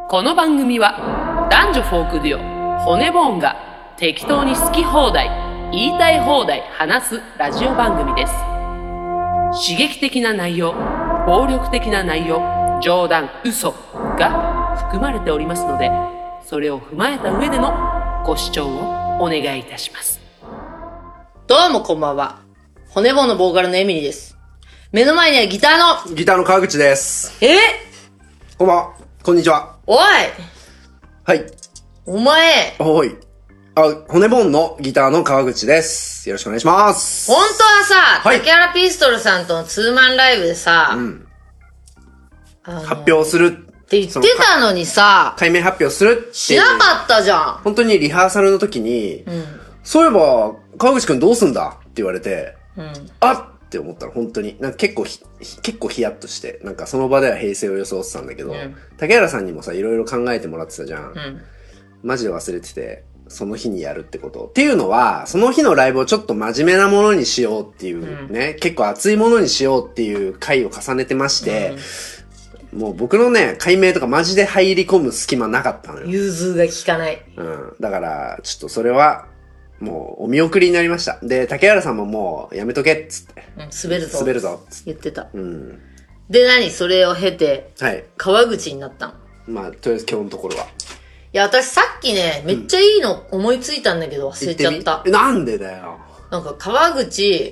この番組は男女フォークデュオ骨ボーンが適当に好き放題言いたい放題話すラジオ番組です。刺激的な内容、暴力的な内容、冗談、嘘が含まれておりますので、それを踏まえた上でのご視聴をお願いいたします。 どうもこんばんは。骨ボーンのボーカルのエミリーです。目の前にはギターの川口です。こんばんは。こんにちは。 おいはい。 お前おい。骨ボーンのギターの川口です。よろしくお願いします。 本当はさ、 はい、 竹原ピストルさんとのツーマンライブでさ、 発表するって言ってたのにさ、 改名発表するってしなかったじゃん。 本当にリハーサルの時に、そういえば川口くんどうすんだって言われて、あって思ったの。本当になんか結構ヒヤッとして、なんかその場では平静を装ってたんだけど、竹原さんにもさいろいろ考えてもらってたじゃん。マジで忘れてて、その日にやるってことっていうのは、その日のライブをちょっと真面目なものにしようっていうね、結構熱いものにしようっていう回を重ねてまして、もう僕のね、解明とかマジで入り込む隙間なかったのよ。 融通が効かない。 だからちょっとそれはもうお見送りになりました。で、竹原さんももうやめとけっつって、 滑るぞっつって言ってた。で、それを経て、川口になったの。 まあとりあえず今日のところは。 いや、私さっきね、めっちゃいいの思いついたんだけど忘れちゃった。 なんでだよ。 なんか川口、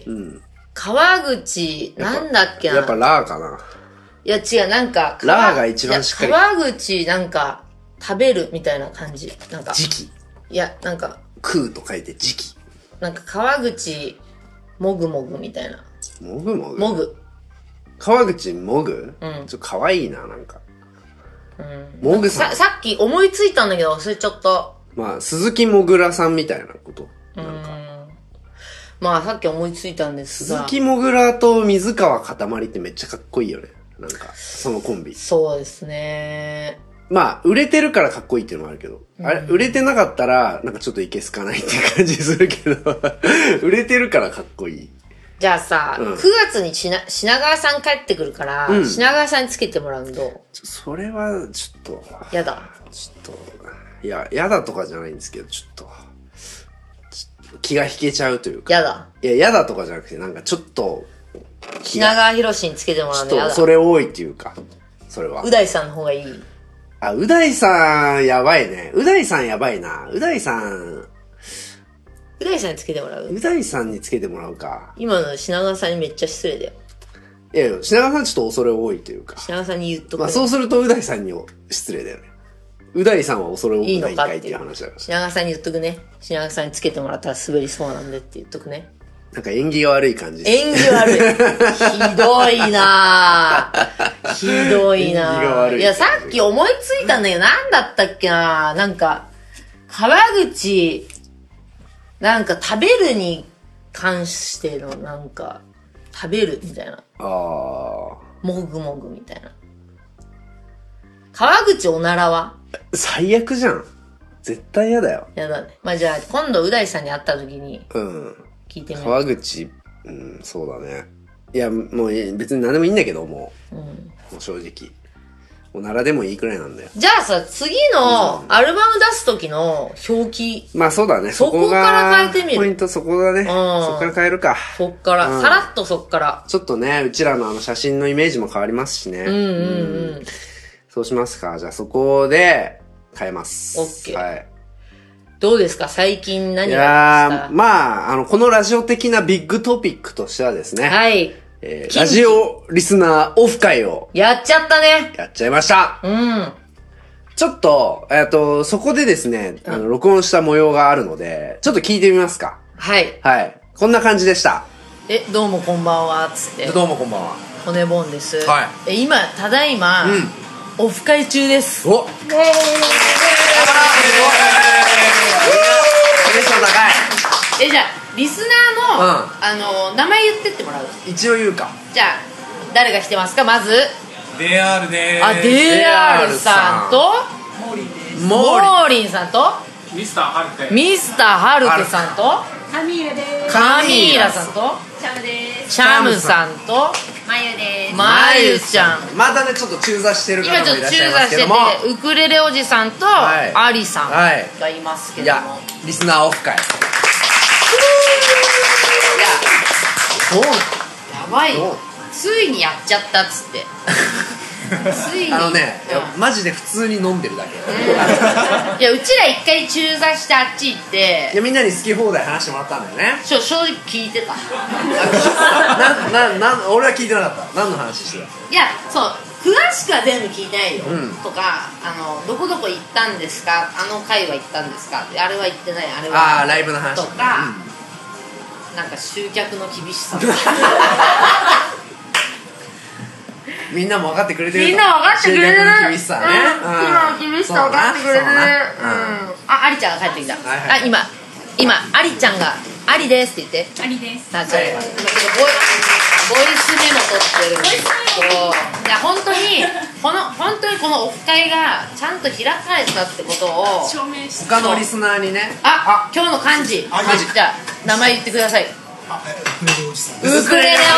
なんだっけな。 やっぱラーかな。 いや違う、なんか、 ラーが一番しっかり。 川口なんか、食べるみたいな感じ。なんか。 時期。 いや、なんか。 食うと書いて時期。 なんか川口、もぐもぐみたいな。 もぐもぐもぐ。 川口もぐ？ちょっと可愛いな、なんか。 もぐさん。さっき思いついたんだけど忘れちゃった。 まあ、鈴木もぐらさんみたいなこと。なんか。 まあ、さっき思いついたんですが。 鈴木もぐらと水川かたまりってめっちゃかっこいいよね。なんか、そのコンビ。 そうですね。 まあ、売れてるからかっこいいっていうのもあるけど。あれ、売れてなかったら、なんかちょっといけすかないっていう感じするけど。売れてるからかっこいい。 じゃあさ、9月に品川さん帰ってくるから、品川さんにつけてもらうの。 それは、ちょっと。 やだ。 ちょっと、いや、やだとかじゃないんですけど、ちょっと気が引けちゃうというか。 やだ。 いや、やだとかじゃなくて、なんかちょっと。 品川博士につけてもらうのやだ。 ちょっと、それ多いっていうか、それは。 う大さんの方がいい。 う大さんやばいね。う大さんやばいな。う大さんにつけてもらう？ う大さんにつけてもらうか。 今の品川さんにめっちゃ失礼だよ。 いやいや、品川さんちょっと恐れ多いというか。 品川さんに言っとく、ね。 まあそうするとう大さんに失礼だよね。う大さんは恐れ多くないんかいっていう話だから。 品川さんに言っとくね。品川さんにつけてもらったら滑りそうなんでって言っとくね。 なんか縁起が悪い感じ。 縁起悪い。ひどいなぁ。ひどいなぁ。縁起が悪い。いや、さっき思いついたんだけど、なんだったっけなぁ。なんか、川口、なんか食べるに関しての、なんか、食べるみたいな。もぐもぐみたいな。川口おならは？ 最悪じゃん。絶対嫌だよ。 やだね。まあじゃあ、今度う大さんに会った時に、聞いてみよう。 川口、そうだね。いや、もう別に何でもいいんだけど、もう正直。おならでもいいくらいなんだよ。 じゃあさ、次のアルバム出す時の表記。 まあそうだね。 そこから変えてみる。 ポイントそこだね。そこから変えるか。 そっから。さらっとそっから。 ちょっとね、うちらの写真のイメージも変わりますしね。そうしますか。じゃあそこで変えます。 オッケー。 はい。 どうですか最近何がありました？いやー、まあ、このラジオ的なビッグトピックとしてはですね。 はい。 ラジオリスナーオフ会を。 やっちゃったね。 やっちゃいました。ちょっと、そこでですね、録音した模様があるので、ちょっと聞いてみますか。 はい。 はい。こんな感じでした。 どうもこんばんは、つって。 どうもこんばんは。 骨ボンです。 はい。 今、ただいま、オフ会中です。 おっテンション高い。 じゃあ、リスナーの、名前言ってってもらう？ 一応言うか。 じゃあ、誰が来てますかまず。 DR でーす。DR さんと、 モーリンです。 モーリンさんと、 ミスターハルケさんと、 カミーラです。 カミーラさんとチャムです。 チャムさんとまゆです。 まゆちゃん。 またねちょっと中座してる方も今ちょっといらっしゃい中座しててますけども、 ウクレレおじさんとアリさんがいますけども、 いやリスナーオフ会。 そうなの、やばいよ。ついにやっちゃったっつってついにマジで普通に飲んでるだけ。 いやうちら一回中座してあっち行って、 いやみんなに好き放題話してもらったんだよね。 正直聞いてた俺は聞いてなかった。何の話してた？ いやそう詳しくは全部聞いてないよ、とかどこどこ行ったんですか、あの会は行ったんですか、あれは行ってない、あれはライブの話とか、なんか集客の厳しさとかみんなも分かってくれてる。 みんな分かってくれてる。 集客の厳しさね。 今の厳しさ分かってくれてる。ありちゃんが帰ってきた。あ今ありちゃんがありですって言って。 ありです。 ボイスメモ取ってるんですけど、いや本当にこのオフ会がちゃんと開かれたってことを証明して。 他のリスナーにね。 今日の漢字。じゃあ名前言ってください。ウクレレおじさん。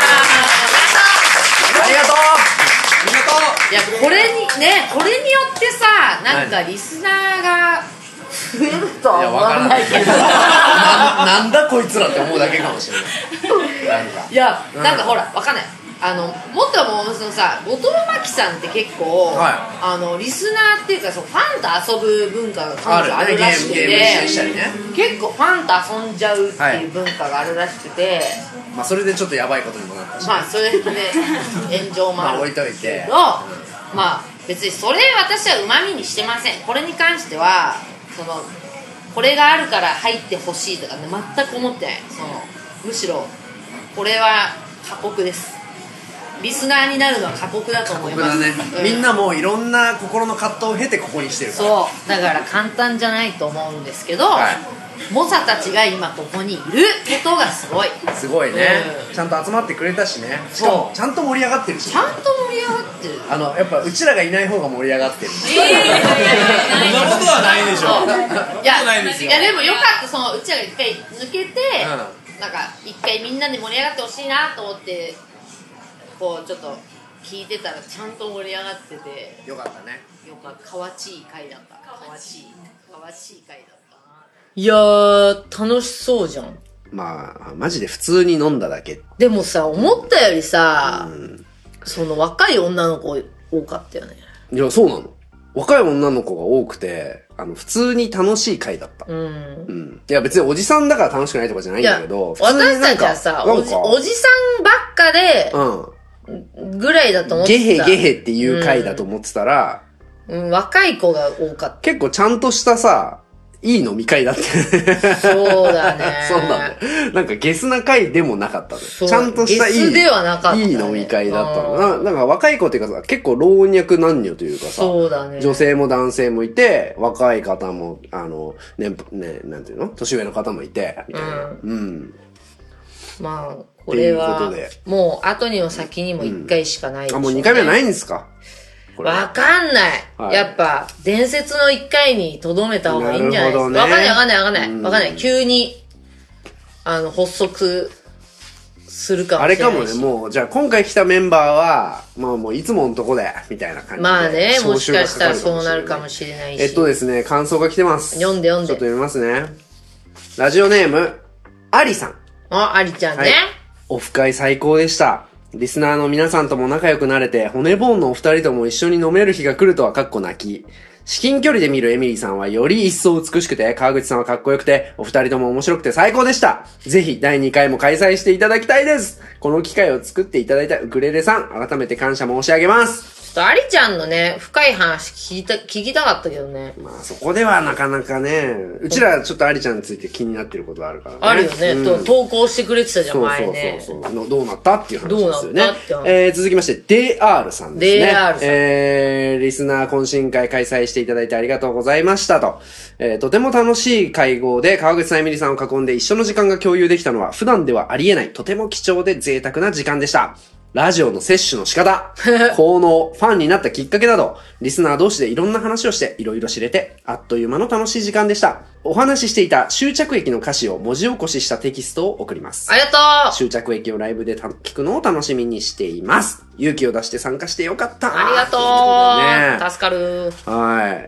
ありがとう。 いやこれによってさ、なんかリスナーが増えるとは思わないけどなんだこいつらって思うだけかもしれない。 いやなんかほらわかんない。もっともそのさ、後藤真希さんって結構、リスナーっていうかファンと遊ぶ文化が彼女あるらしくて、結構ファンと遊んじゃうっていう文化があるらしくて、 まあそれでちょっとやばいことにもなったし、 まあそれで炎上もあるんですけど、まあ別にそれ私はうまみにしてません。これに関してはこれがあるから入ってほしいとかね、全く思ってない。むしろこれは過酷です。リスナーになるのは過酷だと思います。 みんなもいろんな心の葛藤を経てここにしてるから。 そうだから簡単じゃないと思うんですけど、猛者たちが今ここにいることがすごい。 すごいね、ちゃんと集まってくれたしね。しかもちゃんと盛り上がってるし、 ちゃんと盛り上がってる。 やっぱうちらがいない方が盛り上がってる。 そんなことはないでしょ。 いやでもよかった。うちらが一回抜けて、なんか一回みんなで盛り上がってほしいなと思ってこうちょっと聞いてたらちゃんと盛り上がっててよかったね。 よかった。かわちい回だった。かわちい回だったな。いやー楽しそうじゃん。 まあマジで普通に飲んだだけ。 でもさ思ったよりさ、若い女の子多かったよね。 いやそうなの。若い女の子が多くて普通に楽しい回だった。いや別におじさんだから楽しくないとかじゃないんだけど、 私たちはさおじさんばっかで、ぐらいだと思ってた。 ゲヘっていう回だと思ってたら、 若い子が多かった。 結構ちゃんとしたさ、いい飲み会だって。 そうだね。 そうなんだよ。なんかゲスな会でもなかったの。ちゃんとしたいい飲み会だったの。なんか若い子っていうかさ、結構老若男女というかさ、 そうだね。 女性も男性もいて、若い方も、なんていうの？年上の方もいて、みたいな。 まあ、これは、もう後にも先にも1回しかないでしょうね。 もう2回目はないんですか？ わかんない。やっぱ、伝説の1回に留めた方がいいんじゃないですか。わかんない。急に、発足するかもしれないし。 あれかもね、もう、じゃあ今回来たメンバーは、まあもういつものとこで、みたいな感じで。 まあね、もしかしたらそうなるかもしれないし。 ですね、感想が来てます。 読んで。 ちょっと読みますね。ラジオネーム、アリさん。 アリちゃんね。 オフ会最高でした。リスナーの皆さんとも仲良くなれて、骨ボーンのお二人とも一緒に飲める日が来るとは泣き。至近距離で見るエミリーさんはより一層美しくて、川口さんはかっこよくて、お二人とも面白くて最高でした。ぜひ第2回も開催していただきたいです。この機会を作っていただいたウクレレさん、改めて感謝申し上げます。 ちょっとアリちゃんのね、深い話聞きたかったけどね。 まあそこではなかなかね、うちらちょっとアリちゃんについて気になってることあるからね。 あるよね。投稿してくれてたじゃん、前ね。 そう。どうなったっていう話ですよね。続きまして、DR さんですね。 DR さん。 リスナー懇親会開催していただいてありがとうございましたと。とても楽しい会合で川口さん、エミリーさんを囲んで一緒の時間が共有できたのは普段ではありえない、とても貴重で贅沢な時間でした。 ラジオの摂取の仕方、効能、ファンになったきっかけなど、リスナー同士でいろんな話をしていろいろ知れて、あっという間の楽しい時間でした。お話ししていた終着駅の歌詞を文字起こししたテキストを送ります。 ありがと終着駅をライブで聞くのを楽しみにしています。勇気を出して参加してよかった。 う。ありがとう。 ね、 助かる。 はい。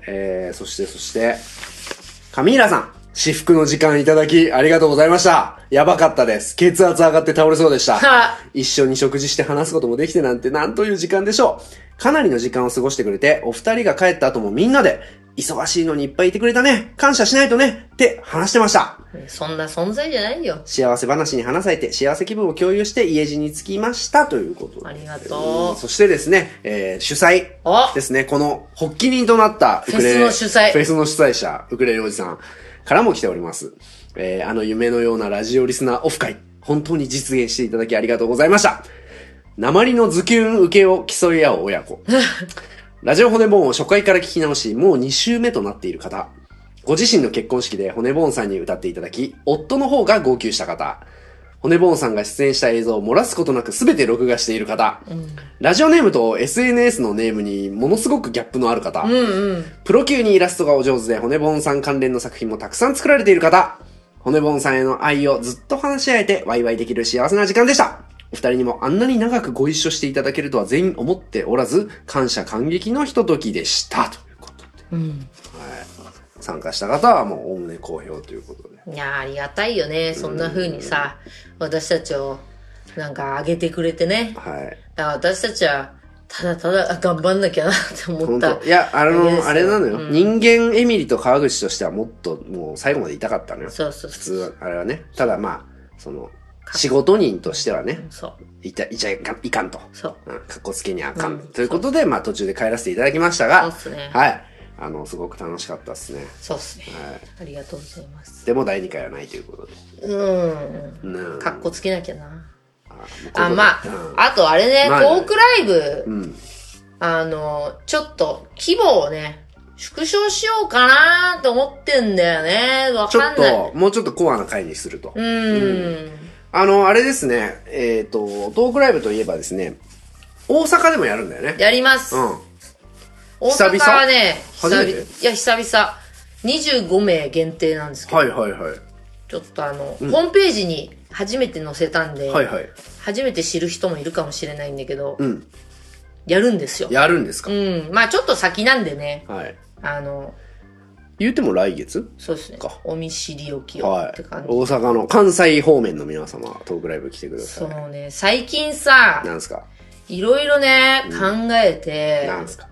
そして、カミーラさん。至福の時間いただき、ありがとうございました。やばかったです。血圧上がって倒れそうでした。一緒に食事して話すこともできてなんてなんという時間でしょう。かなりの時間を過ごしてくれて、お二人が帰った後もみんなで、忙しいのにいっぱいいてくれたね。感謝しないとね。って話してました。 そんな存在じゃないよ。 幸せ話に花咲いて、幸せ気分を共有して家路に着きましたということで。 ありがとう。 そしてですね、主催ですね。この発起人となったウクレレ。 フェスの主催。 フェスの主催者、ウクレレおじさんからも来ております。夢のようなラジオリスナーオフ会。本当に実現していただきありがとうございました。鉛のズキュン受けを競い合う親子。ラジオ骨ボーンを初回から聞き直し、もう2週目となっている方。ご自身の結婚式で骨ボーンさんに歌っていただき、夫の方が号泣した方。骨ボーンさんが出演した映像を漏らすことなく全て録画している方。ラジオネームと SNS のネームにものすごくギャップのある方。プロ級にイラストがお上手で骨ボーンさん関連の作品もたくさん作られている方。骨ボーンさんへの愛をずっと話し合えてワイワイできる幸せな時間でした。お二人にもあんなに長くご一緒していただけるとは全員思っておらず、感謝感激のひとときでした。ということで。はい。参加した方はもうおおむね好評ということで。 いやー、ありがたいよね。そんな風にさ、私たちをなんか上げてくれてね。 はい。 だから私たちはただただ頑張んなきゃなって思った。 いや、あれなのよ。人間エミリと川口としてはもっともう最後までいたかったのよ。 そう。 普通は、あれはね。ただまあ、仕事人としてはね。 そう。 いちゃいかんと。 そう。 かっこつけにあかん。ということで、まあ途中で帰らせていただきましたが。 そうっすね。 はい。すごく楽しかったですね。 そうっすね。 はい。 ありがとうございます。 でも第2回はないということで。 かっこつけなきゃな。 まあ、 あとあれね、トークライブ、ちょっと規模をね、縮小しようかなーと思ってんだよね。わかんない。 もうちょっとコアな回にすると。あれですね、トークライブといえばですね、大阪でもやるんだよね。 やります。大阪はね、久々。25名限定なんですけど。 はい。 ちょっとホームページに初めて載せたんで、初めて知る人もいるかもしれないんだけど、やるんですよ。 やるんですか？ まあちょっと先なんでね。 はい。 言うても来月？ そうですね。お見知りおきよって感じ。 大阪の関西方面の皆様、トークライブ来てください。 そうね、最近さ、 なんすか？ いろいろね、考えて、 なんすか？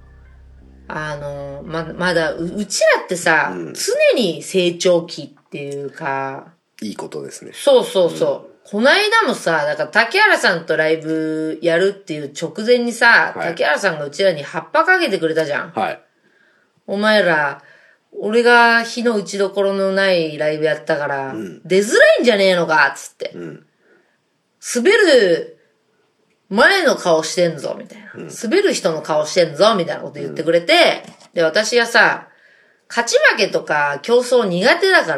まだ、うちらってさ、常に成長期っていうか、 いいことですね。 そう。この間もさ、だから竹原さんとライブやるっていう直前にさ、竹原さんがうちらに葉っぱかけてくれたじゃん。 はい。 お前ら、俺が火の打ちどころのないライブやったから、出づらいんじゃねえのかつって。滑る前の顔してんぞ、みたいな。滑る人の顔してんぞ、みたいなこと言ってくれて、で、私がさ、勝ち負けとか競争苦手だから、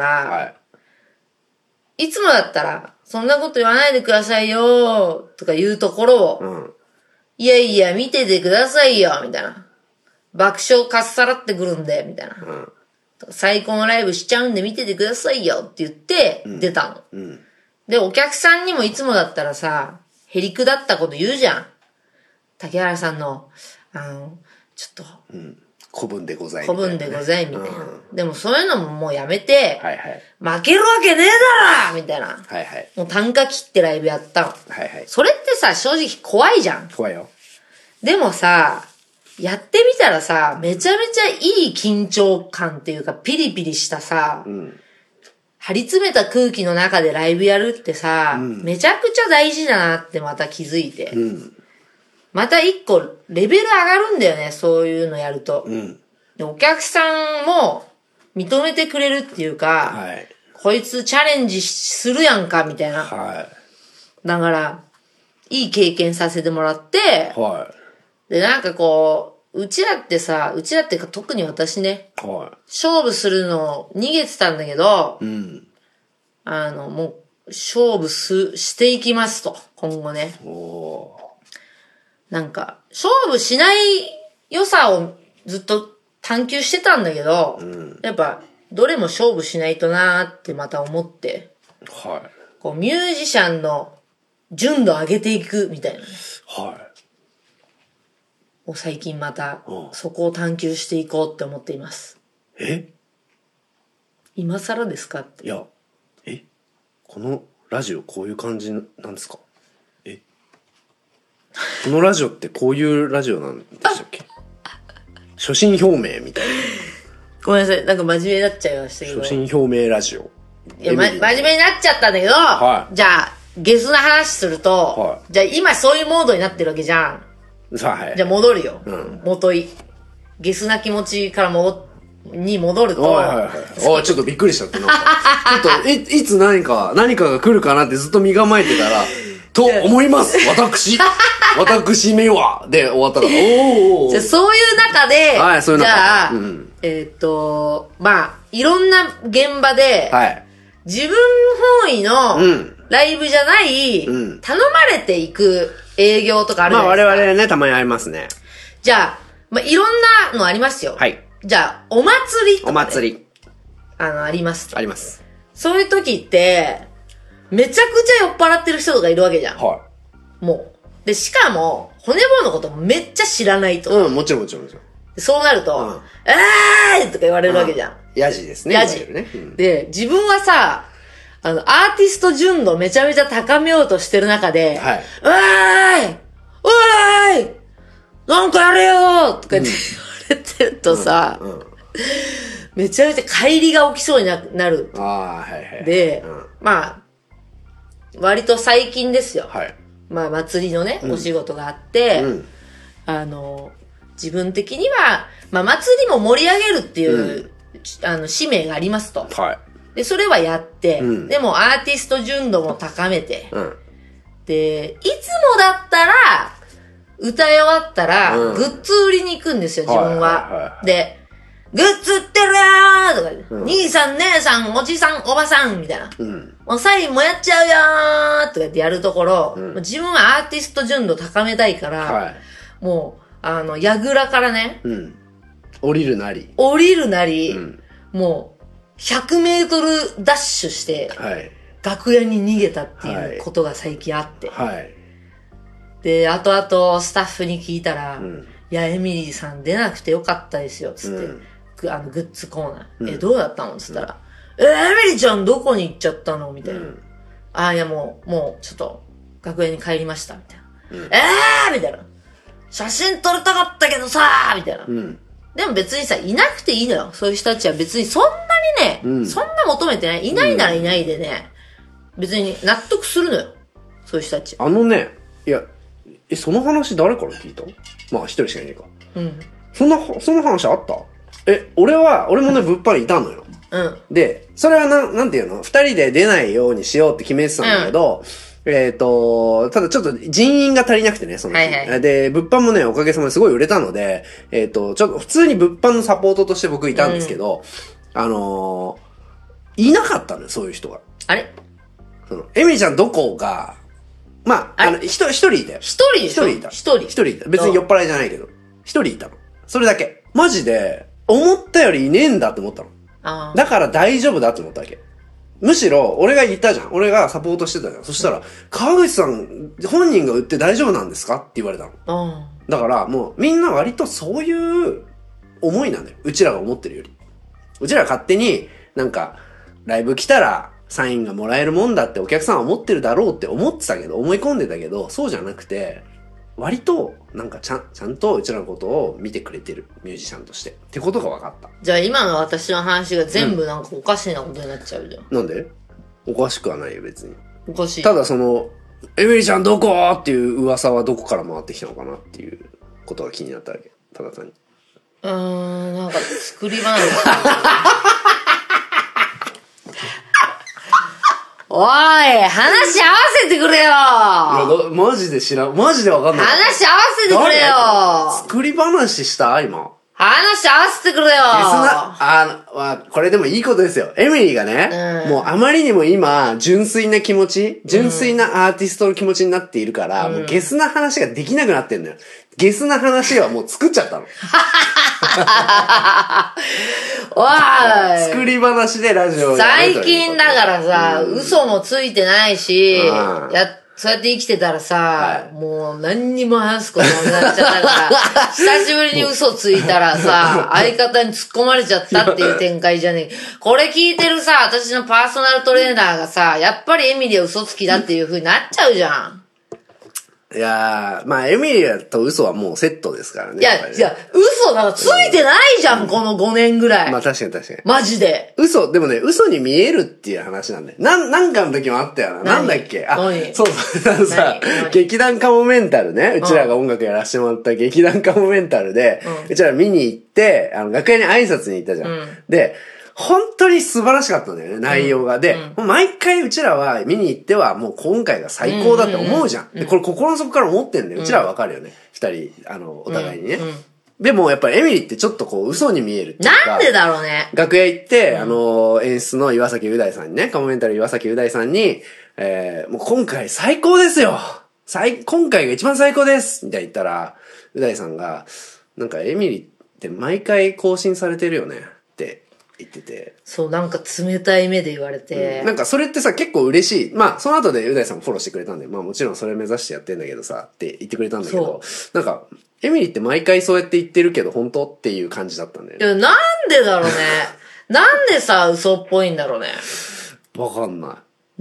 いつもだったら、そんなこと言わないでくださいよ、とか言うところを、いやいや、見ててくださいよ、みたいな。爆笑かっさらってくるんで、みたいな。最高のライブしちゃうんで見ててくださいよって言って出たの。で、お客さんにもいつもだったらさ、へりくだったこと言うじゃん。竹原さんの、ちょっと、 古文でございみたいな。でもそういうのももうやめて、負けるわけねえだろみたいな。もう単価切ってライブやったの。それってさ、正直怖いじゃん。 怖いよ。 でもさ、やってみたらさ、めちゃめちゃいい緊張感っていうか、ピリピリしたさ、張り詰めた空気の中でライブやるってさ、めちゃくちゃ大事だなってまた気づいて。また一個レベル上がるんだよね、そういうのやると。でお客さんも認めてくれるっていうか、こいつチャレンジするやんか、みたいな。だから、いい経験させてもらって、で、なんかこう、うちらってか特に私ね、勝負するの逃げてたんだけど、もう勝負していきますと、今後ね。 なんか、勝負しない良さをずっと探求してたんだけど、やっぱ、どれも勝負しないとなーってまた思って、 はい。 こう、ミュージシャンの純度上げていくみたいなね。 はい。 もう最近また、そこを探求していこうって思っています。今更ですかって。 いや、このラジオこういう感じなんですか？このラジオってこういうラジオなんでしたっけ？初心表明みたいな。 ごめんなさい、なんか真面目になっちゃいましたけど。 初心表明ラジオ。 いや、真面目になっちゃったんだけど、 はい、 じゃあ、ゲスな話すると、 はい、 じゃあ今そういうモードになってるわけじゃん。 はい、 じゃあ戻るよ。元い。ゲスな気持ちから戻ると。 ちょっとびっくりしちゃって、なんか。ちょっと、いつ何かが来るかなってずっと身構えてたら、と思います私めはで終わったから。 じゃあそういう中で、 はい、そういう中で。 じゃあ、まあ、いろんな現場で、 はい、 自分本位のライブじゃない、頼まれていく営業とかあるじゃないですか。 まあ我々ね、たまにありますね。 じゃあ、まあいろんなのありますよ。 はい。 じゃあ、お祭りとか、ね。 お祭り。 ありますと。 あります。 そういう時って、めちゃくちゃ酔っ払ってる人とかいるわけじゃん。 はい。 もう。で、しかも、骨棒のことめっちゃ知らないと。 もちろん。 そうなると、とか言われるわけじゃん。 ヤジですね。 ヤジ。で、自分はさ、アーティスト純度めちゃめちゃ高めようとしてる中で、 はい。 おーいなんかやれよーとか言って言われてるとさ、めちゃめちゃ乖離が起きそうになる。で、まあ、割と最近ですよ。 はい。 まあ、祭りのね、お仕事があって、自分的には、まあ、祭りも盛り上げるっていう、使命がありますと。 はい。 で、それはやって、でもアーティスト純度も高めて、で、いつもだったら、歌い終わったら、グッズ売りに行くんですよ、自分は。で、グッズ売ってるよーとか、兄さん、姉さん、おじさん、おばさんみたいな。もうサインもやっちゃうよーとかってやるところ、自分はアーティスト純度高めたいから、もう、やぐらからね、 降りるなり、 もう、100メートルダッシュして、楽屋に逃げたっていうことが最近あって。で、後々スタッフに聞いたら、いや、エミリーさん出なくてよかったですよ、つって。グッズコーナー。どうだったのつったら、エミリーちゃんどこに行っちゃったのみたいな。いやもう、ちょっと、楽屋に帰りました、みたいな。みたいな。写真撮りたかったけどさみたいな。でも別にさ、いなくていいのよ。そういう人たちは別にそんなにね、そんな求めてない。いないならいないでね、別に納得するのよ。そういう人たち。 いや、その話誰から聞いた？まあ一人しかいないか。その話あった？俺もね、物販いたのよ。で、それはなんていうの？二人で出ないようにしようって決めてたんだけど、ただちょっと人員が足りなくてね、その日。で、物販もね、おかげさまですごい売れたので、ちょっと普通に物販のサポートとして僕いたんですけど、いなかったのよ、そういう人が。 あれ？ エミリちゃんどこが、まあ、一人いたよ。 一人いた。 別に酔っ払いじゃないけど。一人いたの。それだけ。マジで、思ったよりいねえんだって思ったの。だから大丈夫だって思ったわけ。むしろ、俺が言ったじゃん。俺がサポートしてたじゃん。そしたら、川口さん、本人が売って大丈夫なんですかって言われたの。だから、もう、みんな割とそういう思いなんだよ。うちらが思ってるより。うちら勝手に、なんか、ライブ来たら、サインがもらえるもんだってお客さんは思ってるだろうって思ってたけど、思い込んでたけど、そうじゃなくて、割と、なんかちゃんとうちらのことを見てくれてるミュージシャンとして。ってことが分かった。 じゃあ今の私の話が全部なんかおかしなことになっちゃうじゃん。 なんで？おかしくはないよ、別に。 おかしい。 ただエミリちゃんどこっていう噂はどこから回ってきたのかなっていうことが気になったわけ。ただ単に。 なんか作り話。おい、話合わせてくれよ。いや、マジでわかんない。 話合わせてくれよ。 作り話した今。 話合わせてくれよ。 これでもいいことですよ。エミリーがね、もうあまりにも今、純粋な気持ち、純粋なアーティストの気持ちになっているから、もうゲスな話ができなくなってんのよ。ゲスな話はもう作っちゃったの。 おい。 作り話でラジオをやるということ最近だからさ、嘘もついてないし、そうやって生きてたらさ、もう何にも話すことなくなっちゃったから、久しぶりに嘘ついたらさ、相方に突っ込まれちゃったっていう展開じゃねえ。これ聞いてるさ、私のパーソナルトレーナーがさ、やっぱりエミリーは嘘つきだっていう風になっちゃうじゃん。 いやー、まあ、エミリアと嘘はもうセットですからね。 いや、嘘なんかついてないじゃん、この5年ぐらい。 まあ確かに確かに。 マジで。 でもね、嘘に見えるっていう話なんだよ。なんかの時もあったよな。なんだっけそうそう。さ、劇団カモメンタルね、うちらが音楽やらせてもらった劇団カモメンタルで、うちら見に行って、楽屋に挨拶に行ったじゃん。で、本当に素晴らしかったんだよね、内容が。で、毎回うちらは見に行っては、もう今回が最高だって思うじゃん。で、これ心の底から思ってんだよ。うちらはわかるよね。二人、お互いにね。でもやっぱりエミリーってちょっとこう嘘に見えるっていうか。 なんでだろうね。 楽屋行って、演出の岩崎う大さんにね、カモメンタル岩崎う大さんに、もう今回最高ですよ今回が一番最高ですみたいに言ったら、う大さんが、なんかエミリーって毎回更新されてるよねって言ってて。 そう、なんか冷たい目で言われて。 なんかそれってさ、結構嬉しい。まあ、その後でう大さんもフォローしてくれたんで、まあもちろんそれ目指してやってんだけどさ、って言ってくれたんだけど、なんか、エミリーって毎回そうやって言ってるけど、本当っていう感じだったんだよね。 いや、なんでだろうね。なんでさ、嘘っぽいんだろうね。 わかんない。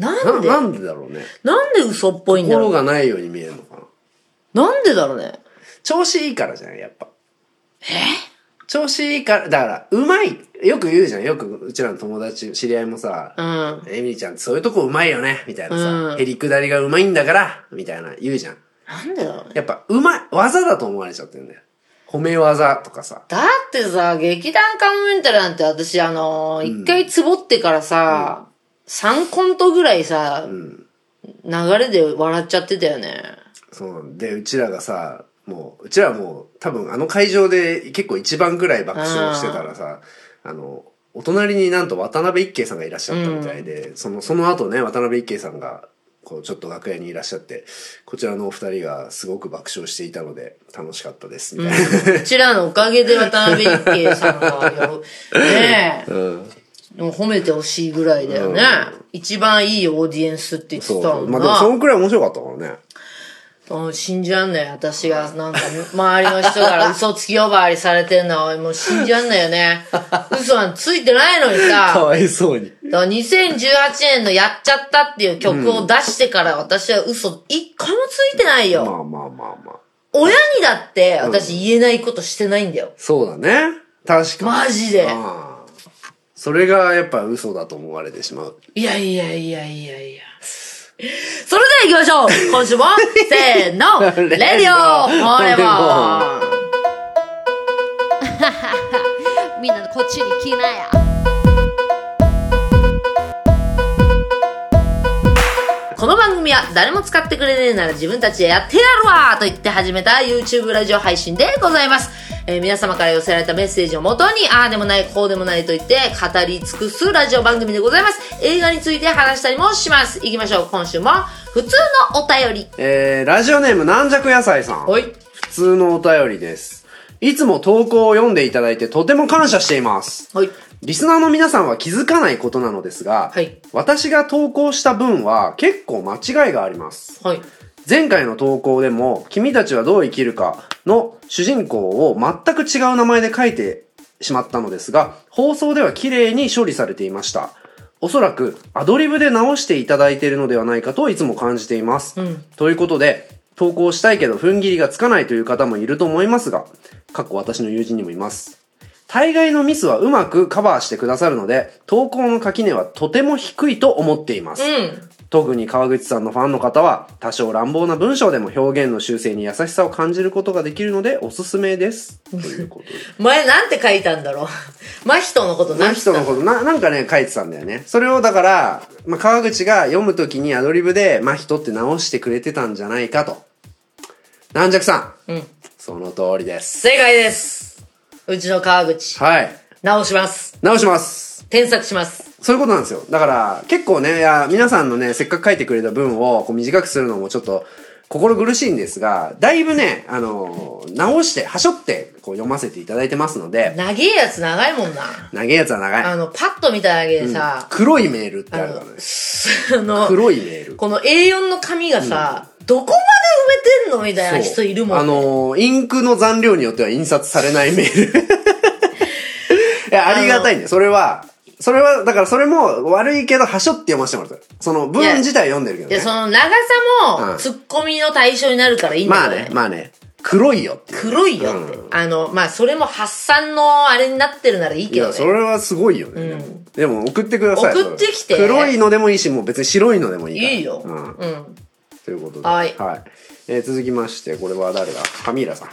なんでだろうね。 なんで嘘っぽいんだろう。 心がないように見えるのかな。なんでだろうね。 調子いいからじゃないやっぱ。調子いいから、だから、うまい。よく言うじゃん。よく、うちらの友達、知り合いもさ、エミリーちゃんそういうとこうまいよね、みたいなさ、へりくだりがうまいんだから、みたいな言うじゃん。 なんでだろうね。 やっぱ、うまい、技だと思われちゃってるんだよ。褒め技とかさ。 だってさ、劇団カモメンタルなんて私一回ツボってからさ、3コントぐらいさ、流れで笑っちゃってたよね。 そうなんで、うちらがさ、うちらはもう、多分あの会場で結構一番ぐらい爆笑してたらさ、お隣になんと渡辺一慶さんがいらっしゃったみたいで、その後ね、渡辺一慶さんが、こう、ちょっと楽屋にいらっしゃって、こちらのお二人がすごく爆笑していたので、楽しかったです、みたいな。 うちらのおかげで渡辺一慶さんが、ねえ。でも褒めてほしいぐらいだよね。一番いいオーディエンスって言ってたもんな。 まあでもそのくらい面白かったからね。 信じらんない。私がなんか周りの人から嘘つき呼ばわりされてんのはもう信じらんないよね。嘘なんてついてないのにさ。 かわいそうに。 だから2018年のやっちゃったっていう曲を出してから私は嘘一回もついてないよ。 まあ。 親にだって私言えないことしてないんだよ。 そうだね。確かに。 マジで。 それがやっぱ嘘だと思われてしまう。 いや。それでは行きましょう今週もせーのレディオフォーエバーみんなこっちに来なや。 この番組は誰も使ってくれねえなら自分たちでやってやるわと言って始めた YouTube ラジオ配信でございます。皆様から寄せられたメッセージをもとにああでもないこうでもないと言って語り尽くすラジオ番組でございます。映画について話したりもします。行きましょう。今週も普通のお便り。 ラジオネーム軟弱野菜さん。 はい。 普通のお便りです。いつも投稿を読んでいただいてとても感謝しています。 はい。 リスナーの皆さんは気づかないことなのですが、 はい。 私が投稿した文は結構間違いがあります。 はい。 前回の投稿でも、君たちはどう生きるかの主人公を全く違う名前で書いてしまったのですが、放送では綺麗に処理されていました。おそらくアドリブで直していただいているのではないかといつも感じています。ということで、投稿したいけど踏ん切りがつかないという方もいると思いますが、私の友人にもいます。大概のミスはうまくカバーしてくださるので、投稿の垣根はとても低いと思っています。特に川口さんのファンの方は、多少乱暴な文章でも表現の修正に優しさを感じることができるので、おすすめです。ということで。 前なんて書いたんだろう真人のこと真人のこと、なんかね、書いてたんだよね。それをだから、川口が読むときにアドリブで、真人って直してくれてたんじゃないかと。軟弱さん。その通りです。 正解です。 うちの川口。 はい。 直します。 直します。 添削します。 そういうことなんですよ。だから、結構ね、皆さんのね、せっかく書いてくれた文をこう短くするのもちょっと、心苦しいんですが、だいぶね、直して、はしょって、こう読ませていただいてますので。 長えやつ長いもんな。 長えやつは長い。 パッと見ただけでさ、 黒いメールってあるからね。黒いメール。 この A4 の紙がさ、どこまで埋めてんのみたいな人いるもんね。 インクの残量によっては印刷されないメール。いや、ありがたいんだよ。それは、だからそれも悪いけど、はしょって読ませてもらった。その文自体読んでるけどね。 いや、その長さも、ツッコミの対象になるからいいんだよね。 まあね。黒いよって。 黒いよって。まあ、それも発散のあれになってるならいいけどね。 いや、それはすごいよね。でも送ってください。 送ってきて。 黒いのでもいいし、もう別に白いのでもいいから。 いいよ。 ということで。 はい。 続きまして、これは誰だ？カミーラさん。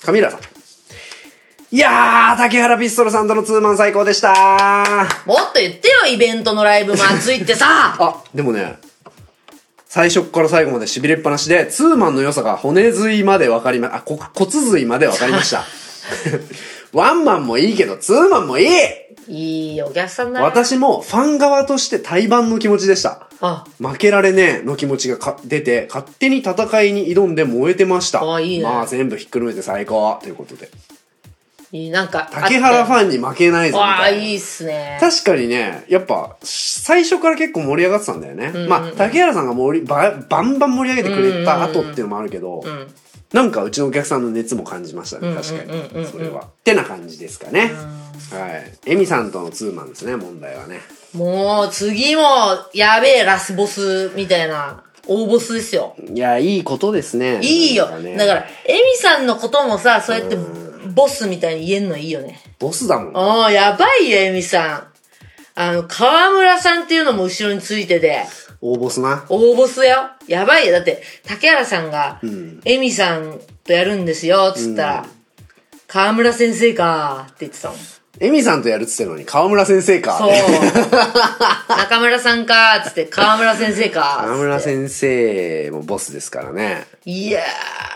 いやー、竹原ピストルさんとのツーマン最高でしたー。 もっと言ってよ、イベントのライブも熱いってさ。 あ、でもね、最初から最後まで痺れっぱなしで、ツーマンの良さが骨髄まで分かり骨髄まで分かりました。ワンマンもいいけど、ツーマンもいい。 いいお客さんだね。 私もファン側として対バンの気持ちでした。負けられねえの気持ちが出て、勝手に戦いに挑んで燃えてました。 いいね。 まあ全部ひっくるめて最高ということで。 なんか竹原ファンに負けないぞみたいな。 いいっすね。 確かにね、やっぱ最初から結構盛り上がってたんだよね。まあ竹原さんがバンバン盛り上げてくれた後っていうのもあるけど、なんかうちのお客さんの熱も感じましたね。確かにそれはってな感じですかね。はい。エミさんとのツーマンですね、問題はね。 もう次もやべえラスボスみたいな大ボスですよ。 いや、いいことですね。 いいよ。だからエミさんのこともさ、そうやってボスみたいに言えんのいいよね。 ボスだもん。 やばいよ、エミさん。河村さんっていうのも後ろについてて。 大ボスな。 大ボスよ。やばいよ。だって、竹原さんが、エミさんとやるんですよ、つったら、河村先生かーって言ってたもん。 エミさんとやるっつってのに、河村先生か。 そう。中村さんかーっつって、河村先生かー。 河村先生もボスですからね。 いやー。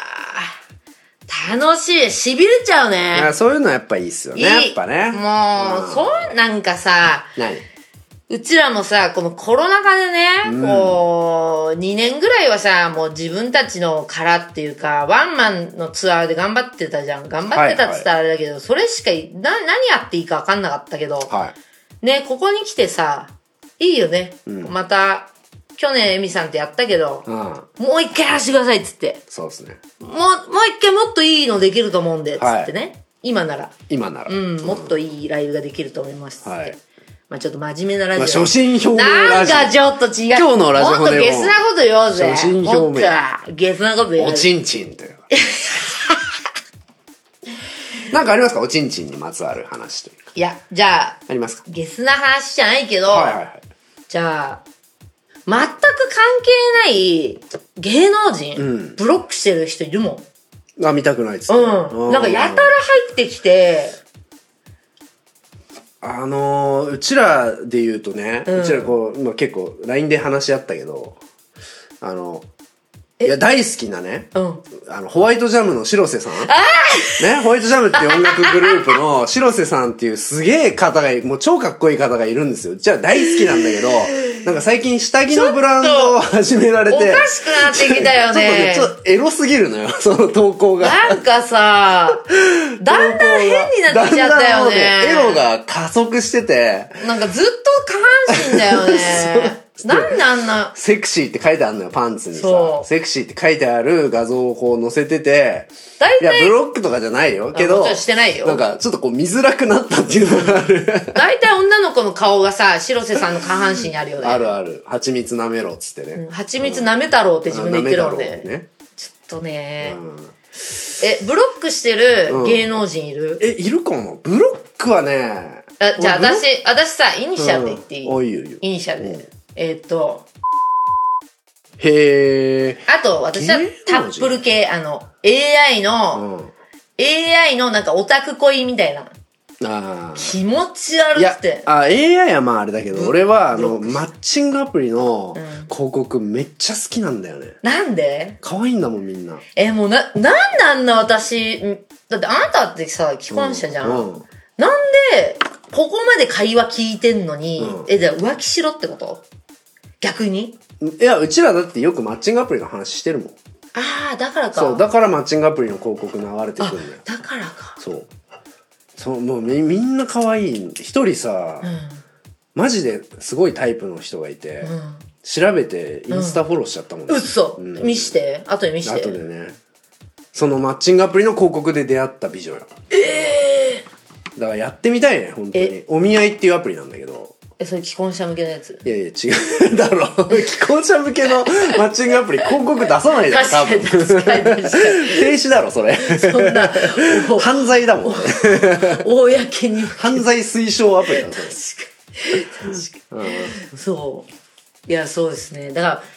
楽しい。痺れちゃうね。 そういうのやっぱいいっすよね。やっぱね。 もう、そうなんかさ、 何？ うちらもさ、このコロナ禍でね、こう、2年ぐらいはさ、もう自分たちの殻っていうか、ワンマンのツアーで頑張ってたじゃん。頑張ってたって言ったらあれだけど、それしか何やっていいか分かんなかったけど、ね、ここに来てさ、いいよね。また、去年エミさんとやったけど、もう一回やらせてくださいっつって。 そうですね。 もう一回もっといいのできると思うんで、つってね。今なら。もっといいライブができると思います。まあちょっと真面目なラジオ。 初心表明ラジオ。なんかちょっと違う。 今日のラジオでも。 もっとゲスなこと言おうぜ。 初心表明。 ゲスなこと言おうぜ。 おちんちんという。なんかありますか？おちんちんにまつわる話というか。 いや、じゃあ。 ありますか？ ゲスな話じゃないけど。じゃあ、全く関係ない芸能人、ブロックしてる人いるもん。 見たくないですね。なんかやたら入ってきて、 うちらで言うとね、うちらこう、結構 LINE で話し合ったけど、いや、大好きなね、ホワイトジャムの白瀬さんね、ホワイトジャムっていう音楽グループの白瀬さんっていうすげえ方が、もう超かっこいい方がいるんですよ。うちら大好きなんだけど、なんか最近下着のブランドを始められて。 おかしくなってきたよね。 ちょっとエロすぎるのよ、その投稿が。 なんかさ、だんだん変になってきちゃったよね。 エロが加速してて。 なんかずっと下半身だよね。なんであんな。 セクシーって書いてあるのよ、パンツにさ。セクシーって書いてある画像をこう載せてて。いや、ブロックとかじゃないよ。けど、 してないよ。 なんか、ちょっとこう見づらくなったっていうのがある。 大体女の子の顔がさ、白瀬さんの下半身にあるよね。 あるある。蜂蜜舐めろっつってね。 蜂蜜舐め太郎って自分で言ってるもんね。ちょっとね。ブロックしてる芸能人いる？ いるかな？ブロックはね。 じゃあ私さ、イニシャルで言っていい？ いいよ。 イニシャルで。 へー。 あと、私はタップル系、AI のなんかオタク恋みたいな。 気持ち悪くて。 AI はまああれだけど、俺はマッチングアプリの広告めっちゃ好きなんだよね。 なんで？ 可愛いんだもんみんな。 もうなんであんな私、だってあなたってさ、既婚者じゃん。なんで、ここまで会話聞いてんのに、じゃあ浮気しろってこと？逆に？ いや、うちらだってよくマッチングアプリの話してるもん。 だからか。 そう、だからマッチングアプリの広告流れてくるんだよ。 だからか。 そう、もうみんな可愛い。一人さ、マジですごいタイプの人がいて、調べてインスタフォローしちゃったもんね。 嘘。見して。後で見して。 後でね。そのマッチングアプリの広告で出会った美女よ。だからやってみたいね、本当に。お見合いっていうアプリなんだけど。 それ既婚者向けのやつ？ いやいや、違うだろ。既婚者向けのマッチングアプリ広告出さないだろ、多分。 確かに。 停止だろ、それ。そんな。犯罪だもん。 公に。 犯罪推奨アプリだろ、それ。 確かに。そう。いや、そうですね。だから、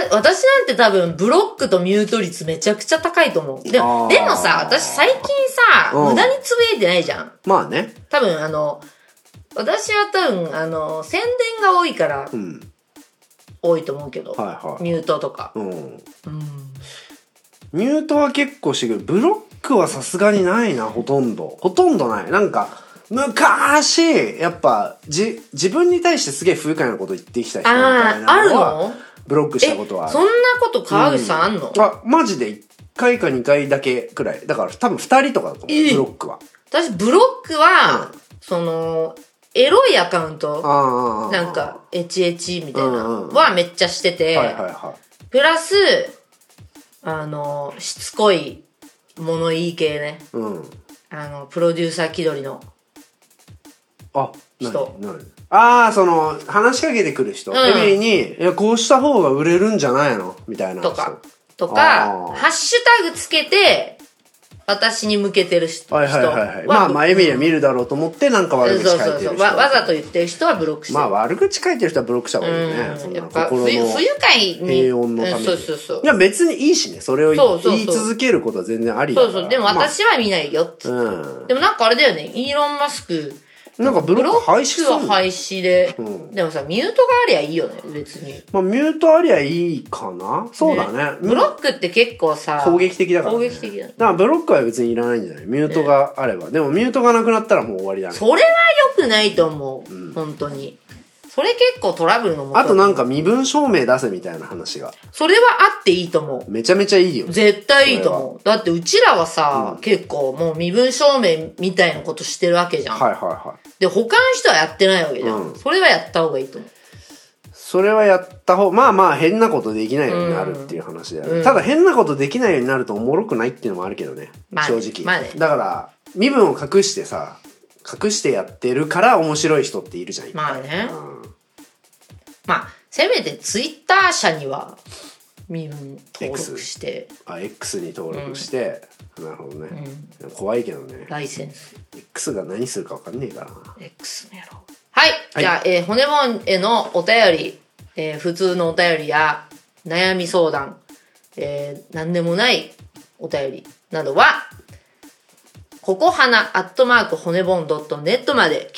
私なんて多分、ブロックとミュート率めちゃくちゃ高いと思う。でもさ、私最近さ、無駄につぶやいてないじゃん。 まあね。 多分、私は多分、宣伝が多いから、多いと思うけど、ミュートとか。 ミュートは結構してくる。ブロックはさすがにないな、ほとんど。ほとんどない。なんか、昔、やっぱ、自分に対してすげえ不愉快なこと言ってきた人みたいなのは。 あるの？ ブロックしたことはある。 そんなこと川口さんあんの？ マジで1回か2回だけくらい。だから多分2人とかだと思う、ブロックは。 私、ブロックは、エロいアカウント、なんか、エチエチみたいなはめっちゃしてて、プラス、しつこい物言い系ね。プロデューサー気取りの人。 話しかけてくる人。エミリーに、いや、こうした方が売れるんじゃないのみたいな。 とか、ハッシュタグつけて、私に向けてる人。 まあ、エミリーは見るだろうと思って、なんか悪口書いてる人。 わざと言ってる人はブロックしてる。 まあ、悪口書いてる人はブロックした方がいいね。そんな心の不愉快に。 平穏のために。いや、別にいいしね。それを言い続けることは全然ありだから。 でも私は見ないよって。でもなんかあれだよね、イーロン・マスク。 なんかブロック廃止するの？ ブロックは廃止で。でもさ、ミュートがありゃいいよね、別に。 まあ、ミュートありゃいいかな？そうだね。 ブロックって結構さ、 攻撃的だから。 攻撃的だ。 だからブロックは別にいらないんじゃない？ミュートがあれば。でもミュートがなくなったらもう終わりだね。 それは良くないと思う。本当に。それ結構トラブルのもと。 あとなんか身分証明出せみたいな話が。 それはあっていいと思う。 めちゃめちゃいいよ。 絶対いいと思う。だってうちらはさ、結構もう身分証明みたいなことしてるわけじゃん。で、他の人はやってないわけじゃん。それはやった方がいいと思う。 それはやった方、まあ変なことできないようになるっていう話である。ただ変なことできないようになるとおもろくないっていうのもあるけどね。正直。だから、身分を隠してさ、隠してやってるから面白い人っているじゃん。 まあね。まあ、せめてツイッター社には身分登録して。 X に登録して、なるほどね。怖いけどね。 ライセンス。 X が何するか分かんねえからな。 X のやろう。はい。じゃあ、骨盆へのお便り、普通のお便りや悩み相談、なんでもないお便りなどは、ここはな骨盆.net まで、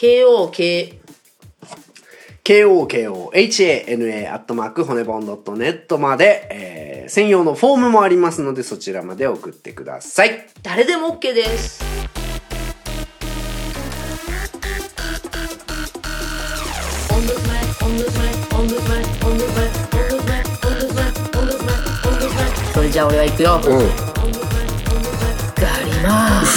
KOKOHANA 骨盆.net まで、専用のフォームもありますのでそちらまで送ってください。 誰でも OK です。それじゃあ俺は行くよ。ガリマー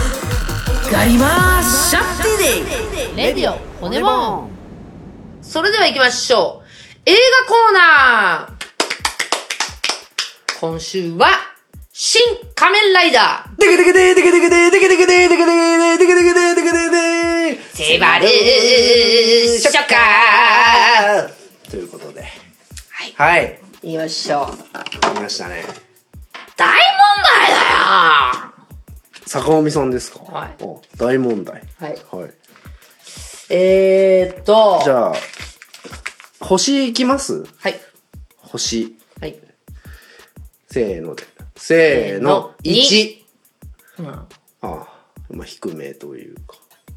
シャッティデイレディオ骨盆。それでは行きましょう。映画コーナー。今週は新仮面ライダー。セバルショッカーということで、 はい。行きましょう。 行きましたね。 大問題だよ。 坂上さんですか？はい。大問題。 はい。 はい。 じゃあ、星いきます？ はい。 星。 はい。 せーので。せーの、1。 まあ、低めというか。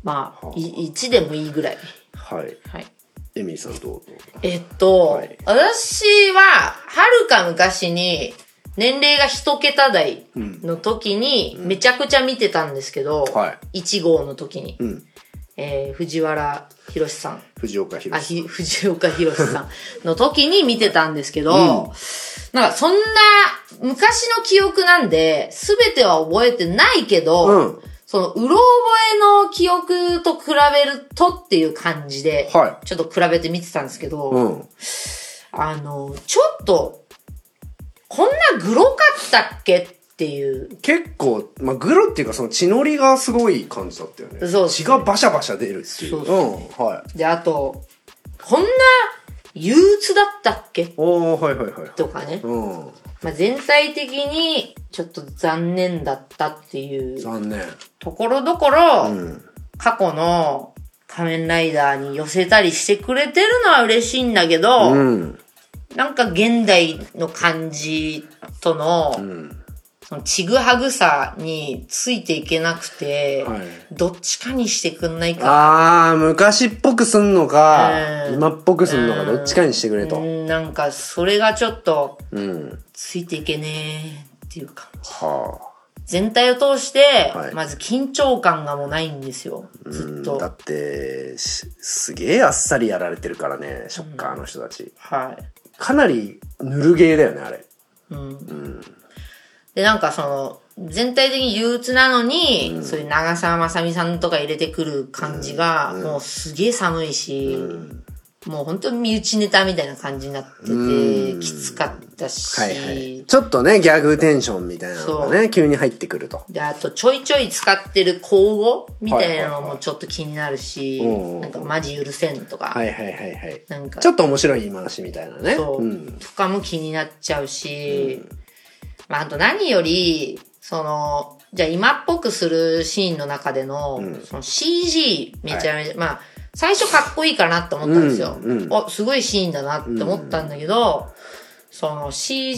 まあ、1でもいいぐらい。 はい。 はい。 エミリーさんどうはい、私は、はるか昔に、年齢が1桁台の時に、めちゃくちゃ見てたんですけど、1号の時に。藤原宏さん。 藤岡弘さんの時に見てたんですけど、なんかそんな昔の記憶なんで、すべては覚えてないけど、その、うろ覚えの記憶と比べるとっていう感じで、ちょっと比べて見てたんですけど、ちょっと、こんなグロかったっけっていう。 結構、まあ、グロっていうかその血のりがすごい感じだったよね。そう、ね。血がバシャバシャ出るっていう。はい。 で、あと、こんな憂鬱だったっけとかね。まあ、全体的にちょっと残念だったっていう。 残念。 ところどころ、過去の仮面ライダーに寄せたりしてくれてるのは嬉しいんだけど、なんか現代の感じとの、そのちぐはぐさについていけなくて、どっちかにしてくんないか。 昔っぽくすんのか、今っぽくすんのか、どっちかにしてくれと。 なんかそれがちょっと、ついていけねえっていう感じ。全体を通して、まず緊張感がもうないんですよ。ずっと。 だって、すげえあっさりやられてるからね、ショッカーの人たち。かなりぬるゲーだよね、あれ。 で、なんかその、全体的に憂鬱なのに、そういう長澤まさみさんとか入れてくる感じが、もうすげえ寒いし、もう本当に身内ネタみたいな感じになってて、きつかったし、 ちょっとね、ギャグテンションみたいなのがね、急に入ってくると。 で、あとちょいちょい使ってる口語みたいなのもちょっと気になるし、なんかマジ許せんとか。 なんかちょっと面白い言い回しみたいなね。 とかも気になっちゃうし、まあ、あと何より、その、じゃあ今っぽくするシーンの中での、その CG めちゃめちゃ、まあ、最初かっこいいかなって思ったんですよ。すごいシーンだなって思ったんだけど、その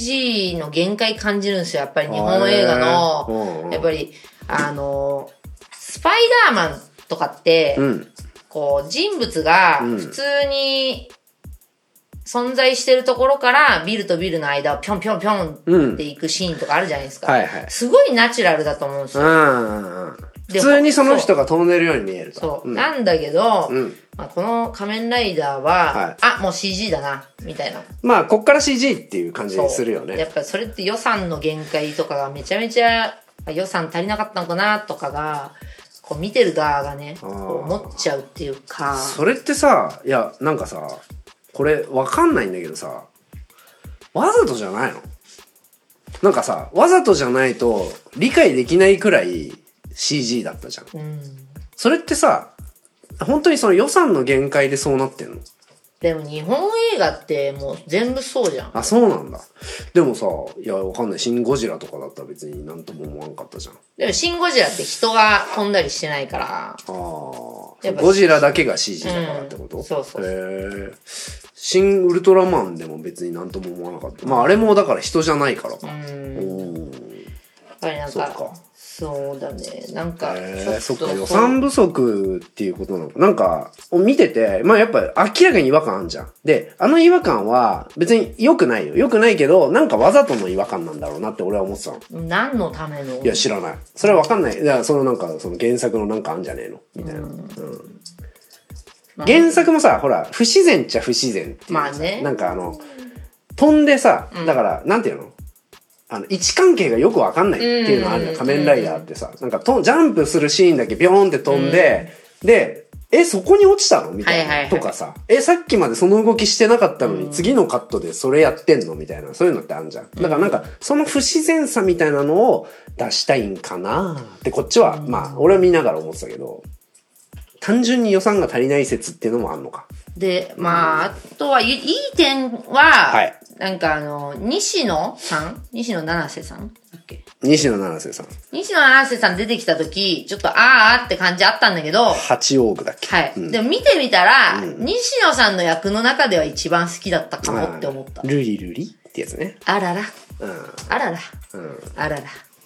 CG の限界感じるんですよ。やっぱり日本映画の、やっぱり、スパイダーマンとかって、こう、人物が普通に、存在してるところからビルとビルの間をぴょんぴょんぴょんって行くシーンとかあるじゃないですか。すごいナチュラルだと思うんですよ。 普通にその人が飛んでるように見えると。 そう。なんだけど、まあ、この仮面ライダーは、もう CG だな、みたいな。 まあ、こっから CG っていう感じにするよね。 やっぱそれって予算の限界とかがめちゃめちゃ予算足りなかったのかなとかが、こう見てる側がね、こう思っちゃうっていうか。 それってさ、いや、なんかさ、これわかんないんだけどさ、わざとじゃないの？なんかさ、わざとじゃないと理解できないくらい CG だったじゃん。それってさ、本当にその予算の限界でそうなってんの？ でも日本映画ってもう全部そうじゃん。 そうなんだ。でもさ、いやわかんない。シン・ゴジラとかだったら別になんとも思わんかったじゃん。 でもシン・ゴジラって人が飛んだりしてないから。 ゴジラだけが CG だからってこと？ そうそう。 シン・ウルトラマンでも別になんとも思わなかった。まああれもだから人じゃないからか。 やっぱりなんか、そうだね。なんか、 そっか、予算不足っていうことなのか。なんか、見てて、まあやっぱ明らかに違和感あんじゃん。で、あの違和感は別に良くないよ。良くないけど、なんかわざとの違和感なんだろうなって俺は思ってたの。 何のための？ いや、知らない。それはわかんない。いや、そのなんか、その原作のなんかあんじゃねえのみたいな。原作もさ、ほら、不自然っちゃ不自然っていう。 まあね。 なんか飛んでさ、だから、なんていうの？位置関係がよくわかんないっていうのあるよ。仮面ライダーってさ。なんかジャンプするシーンだけビョーンって飛んで、で、そこに落ちたのみたいな。とかさ。さっきまでその動きしてなかったのに、次のカットでそれやってんのみたいな。そういうのってあるじゃん。だからなんか、その不自然さみたいなのを出したいんかなってこっちは、まあ、俺は見ながら思ってたけど、単純に予算が足りない説っていうのもあんのか。 で、まあ、あとは、いい点は、なんか西野七瀬さんだっけ？ 西野七瀬さん。 西野七瀬さん出てきた時、ちょっとって感じあったんだけど。 八王子だっけ？ はい。でも見てみたら、西野さんの役の中では一番好きだったかもって思った。 ルリルリってやつね。 あらら。あらら。あらら。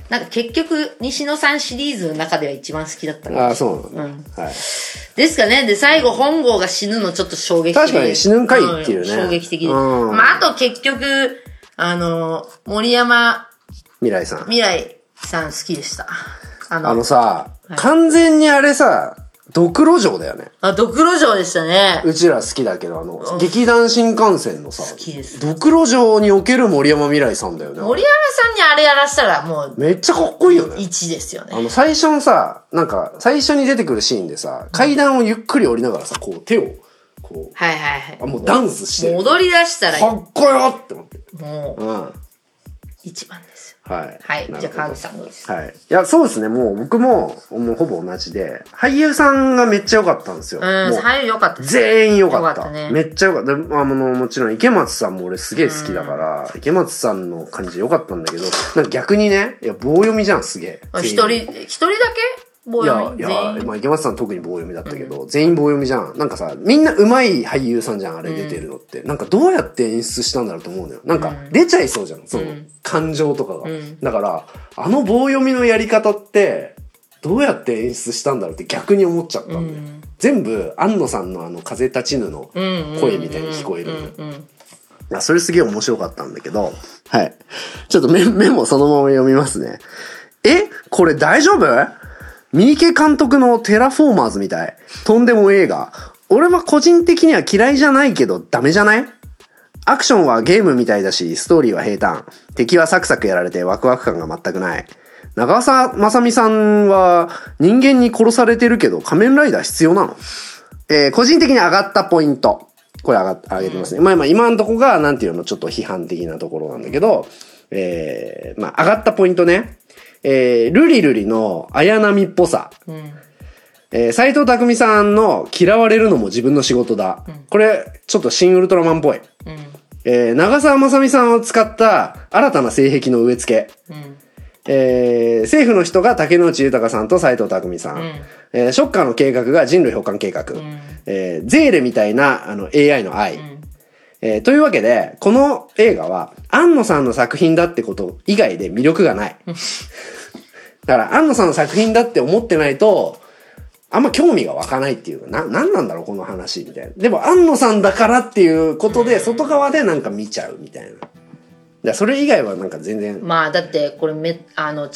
なんか結局、西野さんシリーズの中では一番好きだったから。 ああ、そうなんだ。はい。 ですかね。で、最後、本郷が死ぬのちょっと衝撃的。 確かに死ぬんかいっていうね。 衝撃的で。 うん、 まあ、あと結局、森山未来さん好きでした。 さ、完全にあれさ、ドクロ城だよね。 ドクロ城でしたね。 うちら好きだけど、劇団新幹線のさ、 好きです。 ドクロ城における森山未来さんだよね。 森山さんにあれやらしたらもう、 めっちゃかっこいいよね。 1ですよね。 最初のさ、なんか、最初に出てくるシーンでさ、階段をゆっくり降りながらさ、こう手を、こう。 はいはいはい。 もうダンスして。 踊り出したらかっこよって思って。 もう、一番ですよ。 はい。 はい。じゃあ、川口さんどうですか？ はい。いや、そうですね。もう僕もほぼ同じで、俳優さんがめっちゃ良かったんですよ。 俳優良かったです。 全員良かった。 良かったね。 めっちゃ良かった。もちろん池松さんも俺すげえ好きだから、池松さんの感じ良かったんだけど、なんか逆にね、いや、棒読みじゃん、すげえ。 一人だけ棒読み？ いや、まあ池松さん特に棒読みだったけど、全員棒読みじゃん。なんかさ、みんな上手い俳優さんじゃん、あれ出てるのって。なんかどうやって演出したんだろうと思うのよ。なんか出ちゃいそうじゃん、その感情とかが。だから、棒読みのやり方って、どうやって演出したんだろうって逆に思っちゃったんだよ。全部、安野さんの風立ちぬの声みたいに聞こえるのよ。それすげえ面白かったんだけど、はい。ちょっとメモそのまま読みますね。これ大丈夫？三池監督のテラフォーマーズみたい。とんでも映画。俺は個人的には嫌いじゃないけどダメじゃない？アクションはゲームみたいだし、ストーリーは平坦。敵はサクサクやられてワクワク感が全くない。長澤まさみさんは人間に殺されてるけど仮面ライダー必要なの？個人的に上がったポイント。これ上げてますね。まあ今のとこがなんていうのちょっと批判的なところなんだけど、まあ上がったポイントね。ルリルリの綾波っぽさ。斎藤工さんの嫌われるのも自分の仕事だ。これ、ちょっと新ウルトラマンっぽい。長澤まさみさんを使った新たな性癖の植え付け。政府の人が竹野内豊さんと斎藤工さん。ショッカーの計画が人類補完計画。ゼーレみたいなAI の愛。というわけで、この映画は、庵野さんの作品だってこと以外で魅力がない。だから、庵野さんの作品だって思ってないと、あんま興味が湧かないっていうか、なんなんだろう、この話、みたいな。でも、庵野さんだからっていうことで、外側でなんか見ちゃうみたいな。だからそれ以外はなんか全然。 まあ、だって、これ違う、ね、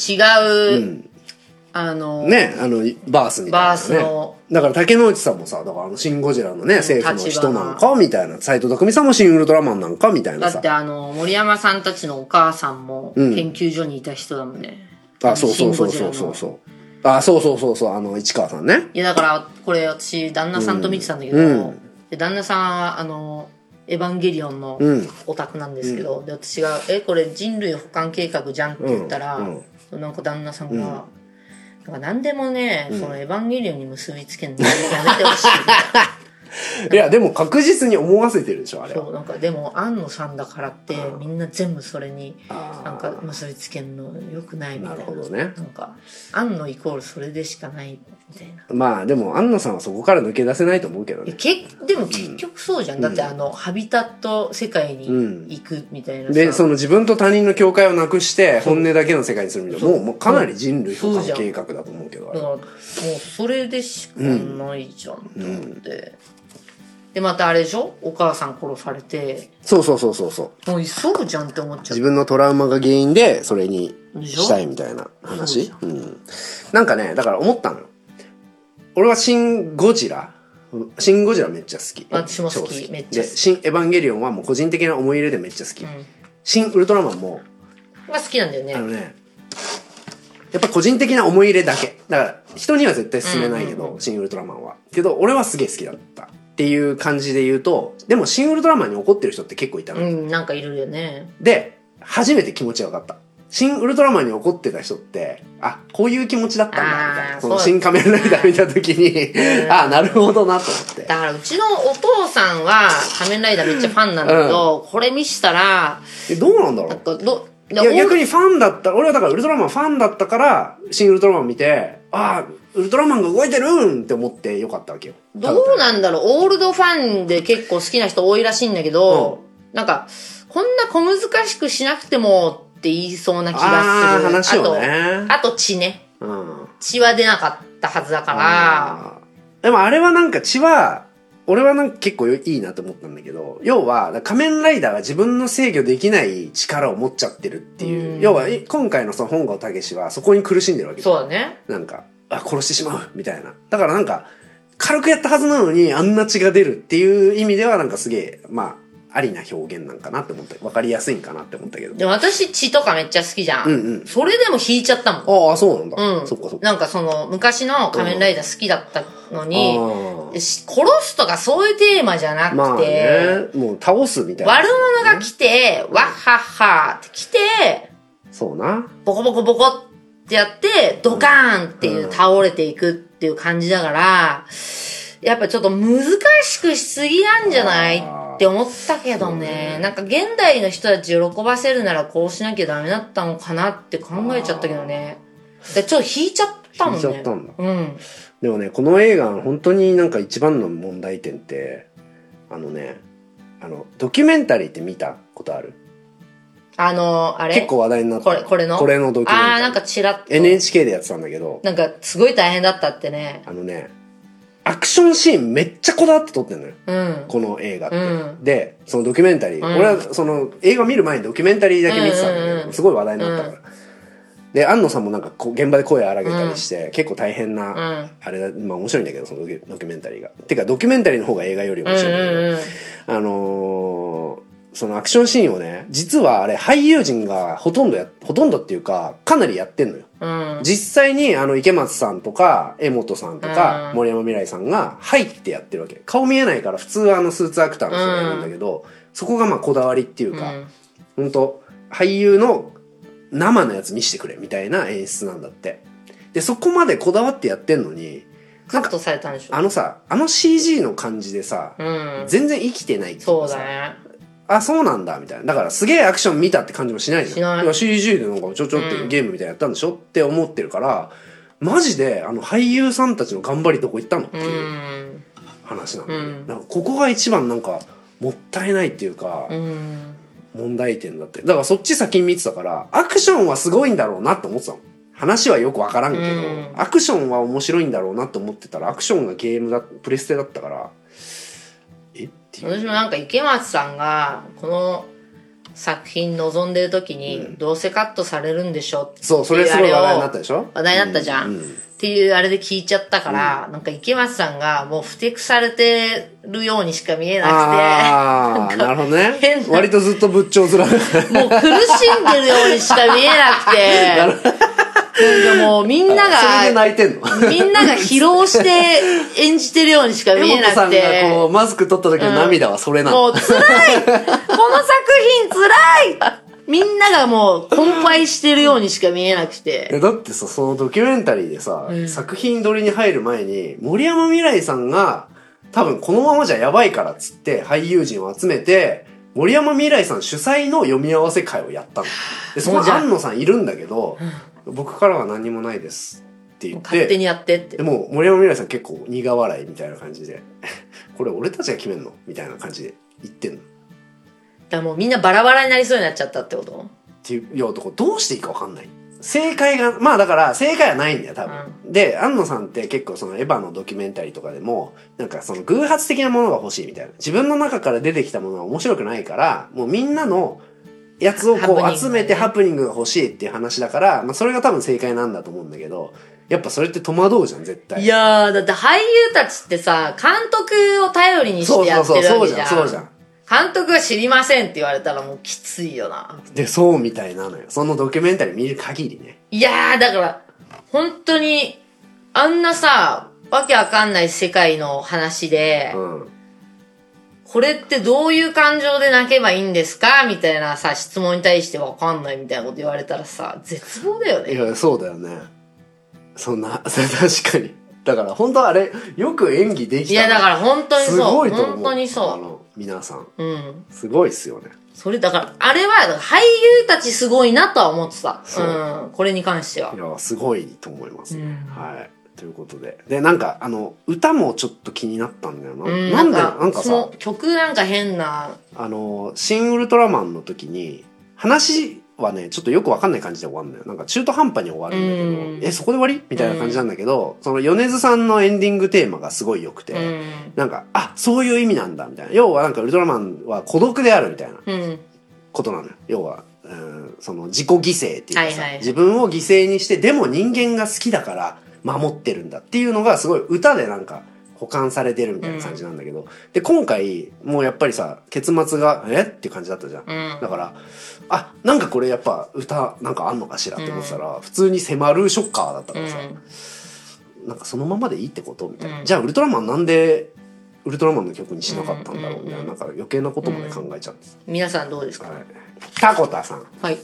バースみたいな、ね。バースの。だから竹野内さんもさ、だからシンゴジラのね、政府の人なのかみたいな。斎藤工さんもシンウルトラマンなんかみたいなさ。 だって森山さんたちのお母さんも研究所にいた人だもんね。 そう。そう、市川さんね。 いや、だから、これ私、旦那さんと見てたんだけど、で旦那さんは、エヴァンゲリオンのオタクなんですけど、で、私が、これ人類補完計画じゃんって言ったら、なんか旦那さんが、なんか何でもね、そのエヴァンゲリオンに結びつけるのやめてほしい。 いや、でも確実に思わせてるでしょ、あれは。 そう、なんかでも、庵野さんだからって、みんな全部それに、なんか結びつけるの良くないみたいな。 なるほどね。 なんか、庵野イコールそれでしかないみたいな。 まあ、でも庵野さんはそこから抜け出せないと思うけどね。 でも結局そうじゃん。だってハビタット世界に行くみたいなさ。 で、その自分と他人の境界をなくして、本音だけの世界にするみたいな。もうかなり人類補完計画だと思うけど。 だから、もうそれでしかないじゃんと思って。で、またあれでしょ？お母さん殺されて。 そう。もう急ぐじゃんって思っちゃう。 自分のトラウマが原因で、それにしたいみたいな話。なんかね、だから思ったのよ。俺はシン・ゴジラめっちゃ好き。 私も好き。めっちゃ好き。 で、シン・エヴァンゲリオンはもう個人的な思い入れでめっちゃ好き。シン・ウルトラマンも。 が好きなんだよね。 やっぱ個人的な思い入れだけ。だから、人には絶対勧めないけど、シン・ウルトラマンは。けど、俺はすげえ好きだった。っていう感じで言うと、でもシン・ウルトラマンに怒ってる人って結構いたの。 なんかいるよね。 で、初めて気持ちが分かった。シン・ウルトラマンに怒ってた人って、こういう気持ちだったんだ、みたいな。その新仮面ライダー見た時に、なるほどなと思って。 だからうちのお父さんは仮面ライダーめっちゃファンなんだけど、これ見したら、 どうなんだろう。いや、逆にファンだった、俺はだからウルトラマンファンだったから、シン・ウルトラマン見て、ウルトラマンが動いてるんって思ってよかったわけよ。 どうなんだろう、オールドファンで結構好きな人多いらしいんだけど、なんか、こんな小難しくしなくてもっって言いそうな気がする。 話をね。 あと血ね。血は出なかったはずだから。 でもあれはなんか血は、俺はなんか結構いいなと思ったんだけど、要は仮面ライダーが自分の制御できない力を持っちゃってるっていう。要は今回のその本郷武はそこに苦しんでるわけそうだね。 なんか、殺してしまうみたいな。だからなんか、軽くやったはずなのにあんな血が出るっていう意味ではなんかすげえ、ありな表現なんかなって思った。わかりやすいんかなって思ったけど。 でも私血とかめっちゃ好きじゃん。それでも引いちゃったもん。 ああ、そうなんだ。そっかそっか。 なんかその昔の仮面ライダー好きだったのに、殺すとかそういうテーマじゃなくて、 もう倒すみたいな。 悪者が来て、わっはっはって来て、 そうな。 ボコボコボコってやって、ドカーンっていう倒れていくっていう感じだから、やっぱちょっと難しくしすぎなんじゃないって思ったけどね。なんか現代の人たち喜ばせるならこうしなきゃダメだったのかなって考えちゃったけどね。ちょっと引いちゃったもんね。 引いちゃったんだ。でもね、この映画の本当になんか一番の問題点って、ドキュメンタリーって見たことある？ あれ結構話題になった。これのドキュメンタリー。 なんかチラッと。 NHK でやってたんだけど。 なんかすごい大変だったってね。 アクションシーンめっちゃこだわって撮ってんのよ。この映画って。で、そのドキュメンタリー。俺はその映画見る前にドキュメンタリーだけ見てたんだけど、すごい話題になったから。で、安野さんもなんか現場で声荒げたりして、結構大変な、あれだ、面白いんだけど、そのドキュメンタリーが。てか、ドキュメンタリーの方が映画より面白いんだけど、そのアクションシーンをね、実はあれ俳優陣がほとんどっていうか、かなりやってんのよ。実際に池松さんとか、江本さんとか、森山未來さんが入ってやってるわけ。顔見えないから普通はスーツアクターの人がいるんだけど、そこがこだわりっていうか、本当俳優の生のやつ見せてくれみたいな演出なんだって。で、そこまでこだわってやってんのに、 カットされたんでしょ？ CG の感じでさ、全然生きてないっていうかさ。 そうだね。 そうなんだみたいな。だからすげえアクション見たって感じもしないじゃん。CG でなんかちょってゲームみたいなやったんでしょって思ってるから、マジで俳優さんたちの頑張りどこ行ったのっていう話なんだよね。なんかここが一番なんかもったいないっていうか、問題点だって。だからそっち先に見てたから、アクションはすごいんだろうなって思ってたの。話はよくわからんけど、アクションは面白いんだろうなって思ってたら、アクションがプレステだったから、 私もなんか池松さんがこの作品望んでる時にどうせカットされるんでしょってそう、それすごい話題になったでしょ？ 話題になったじゃん。っていうあれで聞いちゃったから、なんか池松さんがもうふてくされてるようにしか見えなくて。 なるほどね。割とずっと仏頂面。もう苦しんでるようにしか見えなくて。なんかもうみんなが、 それで泣いてんの？ みんなが疲労して演じてるようにしか見えなくて。 江本さんがこうマスク取った時の涙はそれなの。 もう辛いこの作品辛いみんながもう困憊してるようにしか見えなくて。 だってさ、そのドキュメンタリーでさ、作品撮りに入る前に、森山未來さんが、多分このままじゃやばいからっつって俳優陣を集めて、森山未来さん主催の読み合わせ会をやったの。で、そこに安野さんいるんだけど、僕からは何にもないですって言って。 勝手にやってって。 でも、森山未来さん結構苦笑いみたいな感じで、これ俺たちが決めんのみたいな感じで言ってんの。 だからもうみんなバラバラになりそうになっちゃったってことっていうとこどうしていいか分かんない。正解が、だから正解はないんだよ、多分。で、安野さんって結構そのエヴァのドキュメンタリーとかでも、なんかその偶発的なものが欲しいみたいな。自分の中から出てきたものは面白くないから、もうみんなのやつをこう集めてハプニングが欲しいっていう話だから、それが多分正解なんだと思うんだけど、やっぱそれって戸惑うじゃん、絶対。 いやー、だって俳優たちってさ、監督を頼りにしてやってるわけじゃん。 そうじゃん。 監督が知りませんって言われたらもうきついよな。 で、そうみたいなのよ。そのドキュメンタリー見る限りね。 いやー、だから、本当に、あんなさ、わけわかんない世界の話で、これってどういう感情で泣けばいいんですかみたいなさ、質問に対してわかんないみたいなこと言われたらさ、絶望だよね。 いや、そうだよね。確かに。だから本当あれ、よく演技できた。 いや、だから本当にそう。すごいと思う。 本当にそう。 皆さん。すごいっすよね。 それだから、あれは俳優たちすごいなとは思ってた。これに関しては。 いや、すごいと思いますね。はい。ということで。で、なんか、歌もちょっと気になったんだよな。なんかさ、 曲なんか変な。 シン・ウルトラマンの時に、話はね、ちょっとよくわかんない感じで終わるんだよ。なんか中途半端に終わるんだけど、そこで終わりみたいな感じなんだけど、その米津さんのエンディングテーマがすごい良くて、なんか、あ、そういう意味なんだ、みたいな。要はなんかウルトラマンは孤独であるみたいなことなのよ。要は、その自己犠牲っていうかさ、自分を犠牲にして、でも人間が好きだから守ってるんだっていうのがすごい歌でなんか、保管されてるみたいな感じなんだけど、で今回もうやっぱりさ結末がっていう感じだったじゃん、だからあなんかこれやっぱ歌なんかあんのかしらって思ってたら、普通に迫るショッカーだったからさ、なんかそのままでいいってことみたいな、じゃあウルトラマンなんでウルトラマンの曲にしなかったんだろうみたいな、なんか余計なことまで考えちゃって、 皆さんどうですか？ タコタさん、 はい、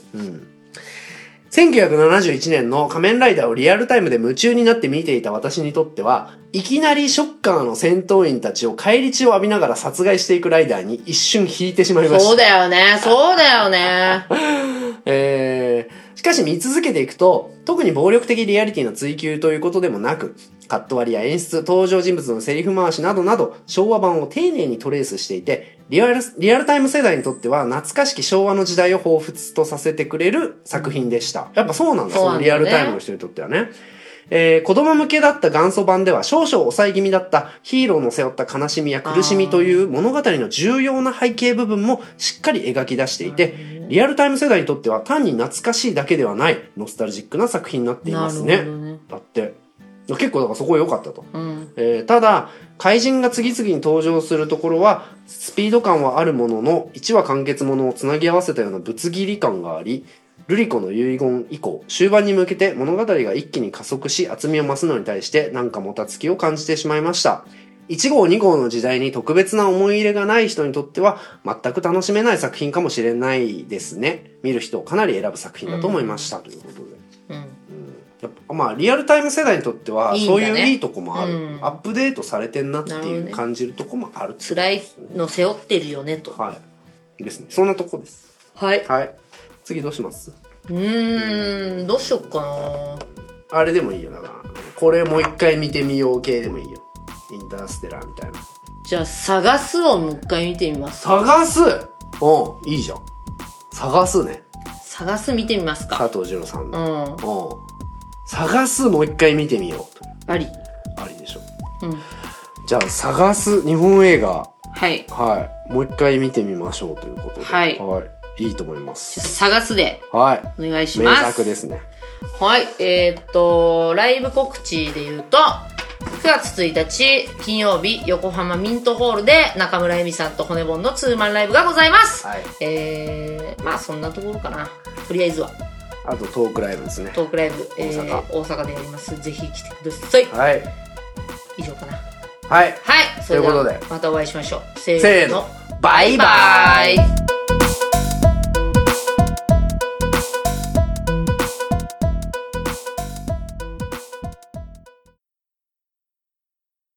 1971年の仮面ライダーをリアルタイムで夢中になって見ていた私にとっては、いきなりショッカーの戦闘員たちを返り血を浴びながら殺害していくライダーに一瞬引いてしまいました。 そうだよね、そうだよね。 しかし見続けていくと、特に暴力的リアリティの追求ということでもなく、カット割りや演出、登場人物のセリフ回しなどなど、昭和版を丁寧にトレースしていて、リアルタイム世代にとっては懐かしき昭和の時代を彷彿とさせてくれる作品でした。やっぱそうなんだ、そのリアルタイムの人にとってはね。子供向けだった元祖版では少々抑え気味だったヒーローの背負った悲しみや苦しみという物語の重要な背景部分もしっかり描き出していて、リアルタイム世代にとっては単に懐かしいだけではないノスタルジックな作品になっていますね。だって結構だからそこ良かったと、ただ怪人が次々に登場するところはスピード感はあるものの1話完結ものをつなぎ合わせたようなぶつ切り感があり、ルリコの遺言以降終盤に向けて物語が一気に加速し厚みを増すのに対してなんかもたつきを感じてしまいました。1号2号の時代に特別な思い入れがない人にとっては全く楽しめない作品かもしれないですね。見る人をかなり選ぶ作品だと思いました、ということで、やっぱまあリアルタイム世代にとってはそういういいとこもある、アップデートされてんなっていう感じるとこもある、 辛いの背負ってるよねと、 はいですね。そんなとこです。 はい、 はい、次どうします？ どうしよっかな。 あれでもいいよ。だからこれもう一回見てみよう系でもいいよ。インターステラーみたいな。 じゃあ探すをもう一回見てみます。 探す、いいじゃん。探すね。 探す見てみますか。 佐藤二朗さんの、探すもう一回見てみようと。 ありでしょ。じゃあ探す日本映画、もう一回見てみましょうということで、いいと思います。 探すでお願いします。 名作ですね。 はい、ライブ告知で言うと9月1日金曜日横浜ミントホールで中村恵美さんと骨盆のツーマンライブがございます。まあそんなところかな。とりあえずはあとトークライブですね。 トークライブ、大阪でやります。ぜひ来てください。以上かな。 それではまたお会いしましょう。せーの、バイバイ。